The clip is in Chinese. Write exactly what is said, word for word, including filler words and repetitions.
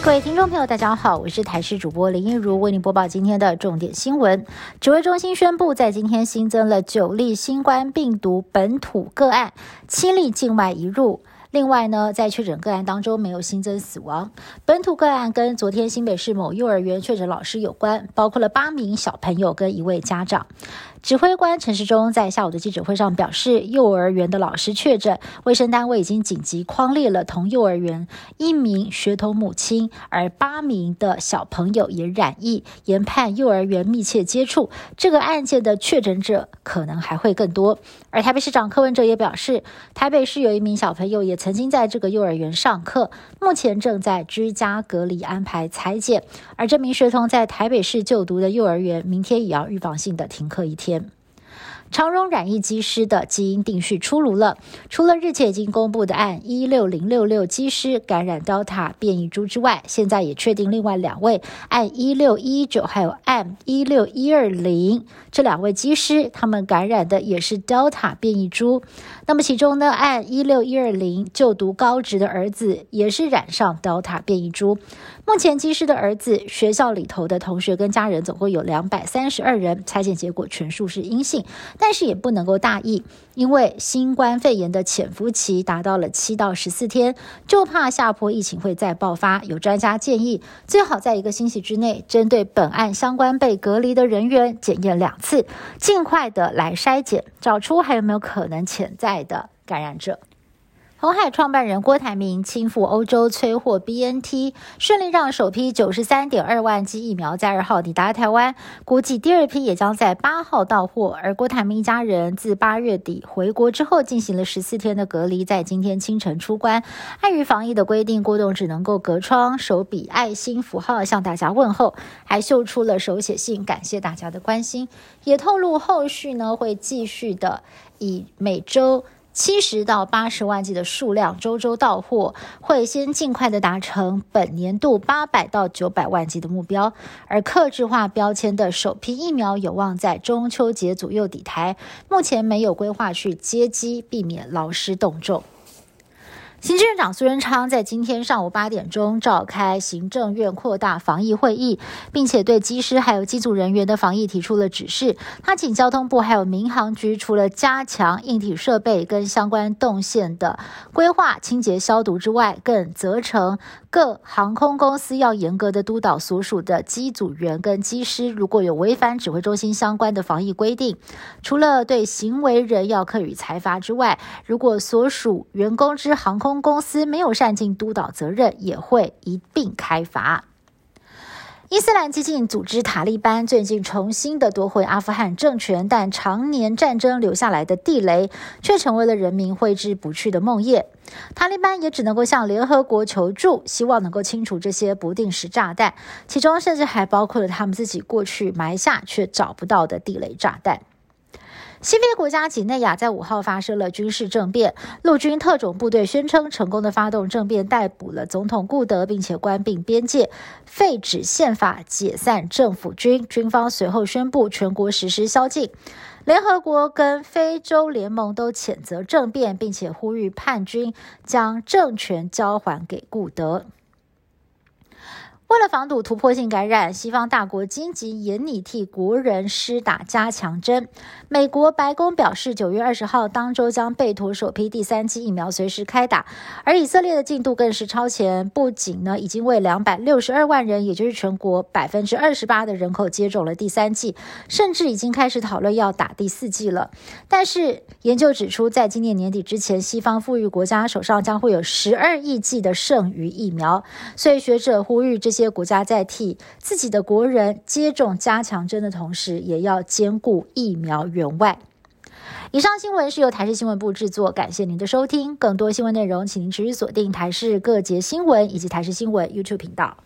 各位听众朋友大家好，我是台视主播林一如，为您播报今天的重点新闻。指挥中心宣布，在今天新增了九例新冠病毒本土个案，七例境外移入。另外呢，在确诊个案当中没有新增死亡。本土个案跟昨天新北市某幼儿园确诊老师有关，包括了八名小朋友跟一位家长。指挥官陈时中在下午的记者会上表示，幼儿园的老师确诊，卫生单位已经紧急匡列了同幼儿园一名学童母亲，而八名的小朋友也染疫，研判幼儿园密切接触，这个案件的确诊者可能还会更多。而台北市长柯文哲也表示，台北市有一名小朋友也曾经在这个幼儿园上课，目前正在居家隔离安排采检，而这名学童在台北市就读的幼儿园明天也要预防性的停课一天。长荣染疫机师的基因定序出炉了，除了日前已经公布的案一六零六六机师感染 Delta 变异株之外，现在也确定另外两位案一六一九还有案一六一二零这两位机师，他们感染的也是 Delta 变异株。那么其中呢，案一六一二零就读高职的儿子也是染上 Delta 变异株。目前机师的儿子学校里头的同学跟家人总共有两百三十二人，采检结果全数是阴性，但是也不能够大意，因为新冠肺炎的潜伏期达到了七到十四天，就怕下波疫情会再爆发。有专家建议，最好在一个星期之内，针对本案相关被隔离的人员检验两次，尽快的来筛检，找出还有没有可能潜在的感染者。鸿海创办人郭台铭亲赴欧洲催货 B N T， 顺利让首批 九十三点二万剂疫苗在二号抵达台湾，估计第二批也将在八号到货。而郭台铭一家人自八月底回国之后进行了十四天的隔离，在今天清晨出关。碍于防疫的规定，郭董只能够隔窗手比爱心符号向大家问候，还秀出了手写信感谢大家的关心，也透露后续呢会继续的以每周七十到八十万剂的数量周周到货，会先尽快的达成本年度八百到九百万剂的目标。而客制化标签的首批疫苗有望在中秋节左右抵台，目前没有规划去接机，避免劳师动众。行政院长苏贞昌在今天上午八点钟召开行政院扩大防疫会议，并且对机师还有机组人员的防疫提出了指示。他请交通部还有民航局除了加强硬体设备跟相关动线的规划、清洁消毒之外，更责成各航空公司要严格的督导所属的机组员跟机师，如果有违反指挥中心相关的防疫规定，除了对行为人要课予裁罚之外，如果所属员工之航空公司没有善尽督导责任，也会一并开罚。伊斯兰激进组织塔利班最近重新的夺回阿富汗政权，但常年战争留下来的地雷却成为了人民挥之不去的梦魇。塔利班也只能够向联合国求助，希望能够清除这些不定时炸弹，其中甚至还包括了他们自己过去埋下却找不到的地雷炸弹。西非国家几内亚在五号发生了军事政变，陆军特种部队宣称成功的发动政变，逮捕了总统顾德，并且关闭边界，废止宪法，解散政府军。军方随后宣布全国实施宵禁。联合国跟非洲联盟都谴责政变，并且呼吁叛军将政权交还给顾德。为了防堵突破性感染，西方大国积极研拟替国人施打加强针。美国白宫表示，九月二十号当周将备妥首批第三剂疫苗随时开打，而以色列的进度更是超前，不仅呢已经为两百六十二万人，也就是全国 百分之二十八 的人口接种了第三剂，甚至已经开始讨论要打第四剂了。但是研究指出，在今年年底之前，西方富裕国家手上将会有十二亿剂的剩余疫苗，所以学者呼吁这些国家在替自己的国人接种加强针的同时，也要兼顾疫苗援外。以上新闻是由台视新闻部制作，感谢您的收听。更多新闻内容，请您持续锁定台视各节新闻以及台视新闻 YouTube 频道。